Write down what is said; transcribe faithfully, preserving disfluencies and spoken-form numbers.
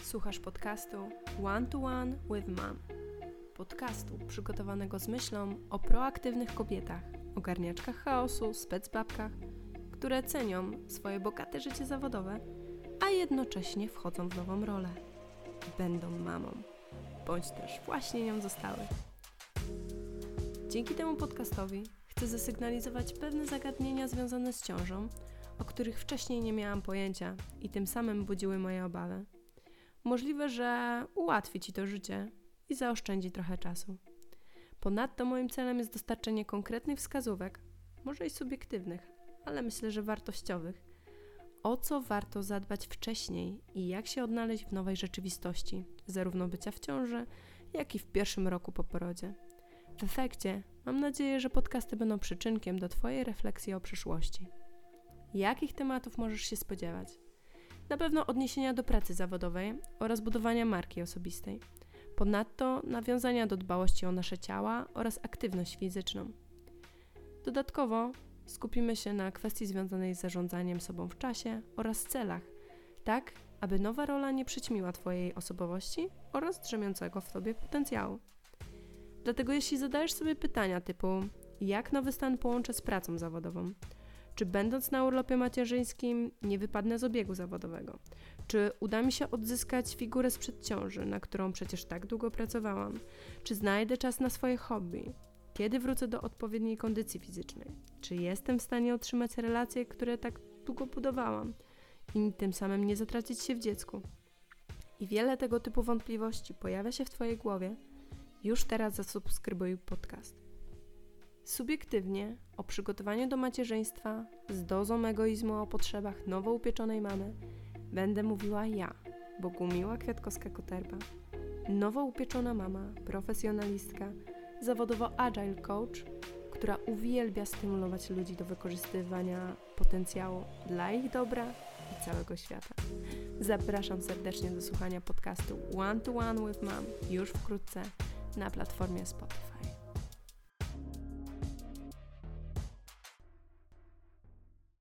Słuchasz podcastu One to One with Mom. Podcastu przygotowanego z myślą o proaktywnych kobietach, ogarniaczkach chaosu, specbabkach, które cenią swoje bogate życie zawodowe, a jednocześnie wchodzą w nową rolę. Będą mamą, bądź też właśnie nią zostały. Dzięki temu podcastowi chcę zasygnalizować pewne zagadnienia związane z ciążą, o których wcześniej nie miałam pojęcia i tym samym budziły moje obawy. Możliwe, że ułatwi Ci to życie i zaoszczędzi trochę czasu. Ponadto moim celem jest dostarczenie konkretnych wskazówek, może i subiektywnych, ale myślę, że wartościowych, o co warto zadbać wcześniej i jak się odnaleźć w nowej rzeczywistości, zarówno bycia w ciąży, jak i w pierwszym roku po porodzie. W efekcie mam nadzieję, że podcasty będą przyczynkiem do Twojej refleksji o przyszłości. Jakich tematów możesz się spodziewać? Na pewno odniesienia do pracy zawodowej oraz budowania marki osobistej. Ponadto nawiązania do dbałości o nasze ciała oraz aktywność fizyczną. Dodatkowo skupimy się na kwestii związanej z zarządzaniem sobą w czasie oraz celach, tak aby nowa rola nie przyćmiła Twojej osobowości oraz drzemiącego w Tobie potencjału. Dlatego jeśli zadajesz sobie pytania typu jak nowy stan połączę z pracą zawodową, czy będąc na urlopie macierzyńskim nie wypadnę z obiegu zawodowego? Czy uda mi się odzyskać figurę sprzed ciąży, na którą przecież tak długo pracowałam? Czy znajdę czas na swoje hobby? Kiedy wrócę do odpowiedniej kondycji fizycznej? Czy jestem w stanie utrzymać relacje, które tak długo budowałam? I tym samym nie zatracić się w dziecku? I wiele tego typu wątpliwości pojawia się w Twojej głowie. Już teraz zasubskrybuj podcast. Subiektywnie o przygotowaniu do macierzyństwa z dozą egoizmu o potrzebach nowo upieczonej mamy będę mówiła ja, Bogumiła Kwiatkowska-Koterba, nowo upieczona mama, profesjonalistka, zawodowo agile coach, która uwielbia stymulować ludzi do wykorzystywania potencjału dla ich dobra i całego świata. Zapraszam serdecznie do słuchania podcastu One to One with Mom już wkrótce na platformie Spotify.